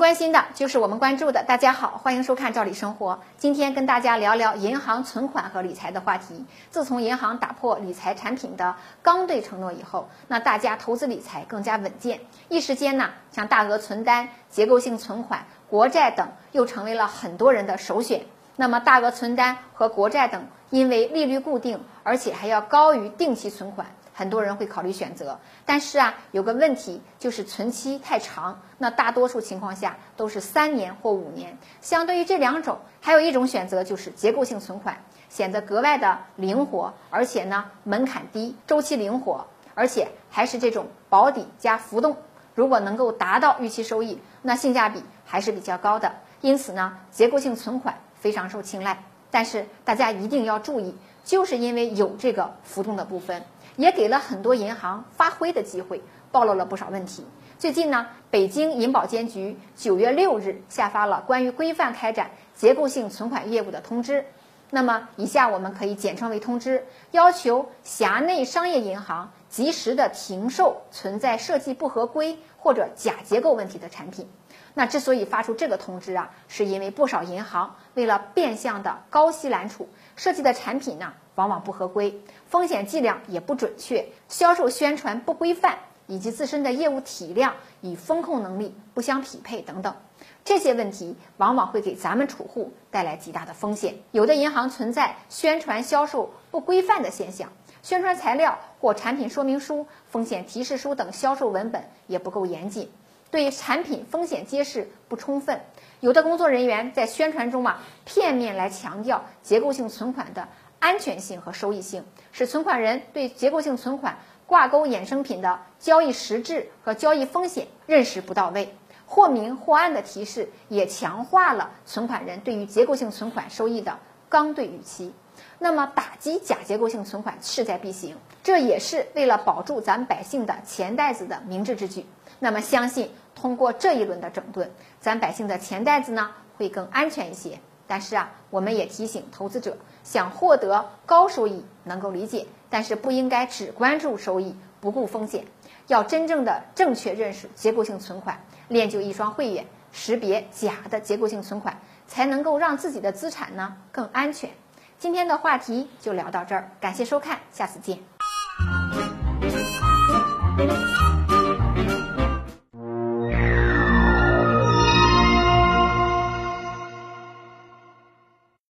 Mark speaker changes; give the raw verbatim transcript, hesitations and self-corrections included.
Speaker 1: 关心的就是我们关注的。大家好，欢迎收看《赵理生活》。今天跟大家聊聊银行存款和理财的话题。自从银行打破理财产品的刚兑承诺以后，那大家投资理财更加稳健。一时间呢，像大额存单、结构性存款、国债等又成为了很多人的首选。那么大额存单和国债等，因为利率固定，而且还要高于定期存款，很多人会考虑选择。但是啊，有个问题就是存期太长，那大多数情况下都是三年或五年。相对于这两种，还有一种选择就是结构性存款，显得格外的灵活，而且呢门槛低，周期灵活，而且还是这种保底加浮动。如果能够达到预期收益，那性价比还是比较高的。因此呢，结构性存款非常受青睐。但是大家一定要注意，就是因为有这个浮动的部分，也给了很多银行发挥的机会，暴露了不少问题。最近呢，北京银保监局九月六日下发了关于规范开展结构性存款业务的通知。那么以下我们可以简称为通知，要求辖内商业银行及时的停售存在设计不合规或者假结构问题的产品。那之所以发出这个通知啊，是因为不少银行为了变相的高息揽储，设计的产品呢往往不合规，风险计量也不准确，销售宣传不规范，以及自身的业务体量与风控能力不相匹配等等。这些问题往往会给咱们储户带来极大的风险。有的银行存在宣传销售不规范的现象，宣传材料或产品说明书、风险提示书等销售文本也不够严谨，对产品风险揭示不充分。有的工作人员在宣传中啊，片面来强调结构性存款的安全性和收益性，使存款人对结构性存款挂钩衍生品的交易实质和交易风险认识不到位。或明或暗的提示也强化了存款人对于结构性存款收益的刚兑预期。那么打击假结构性存款势在必行，这也是为了保住咱百姓的钱袋子的明智之举。那么相信通过这一轮的整顿，咱百姓的钱袋子呢会更安全一些。但是啊，我们也提醒投资者，想获得高收益能够理解，但是不应该只关注收益不顾风险，要真正的正确认识结构性存款，练就一双慧眼，识别假的结构性存款，才能够让自己的资产呢更安全。今天的话题就聊到这儿，感谢收看，下次见。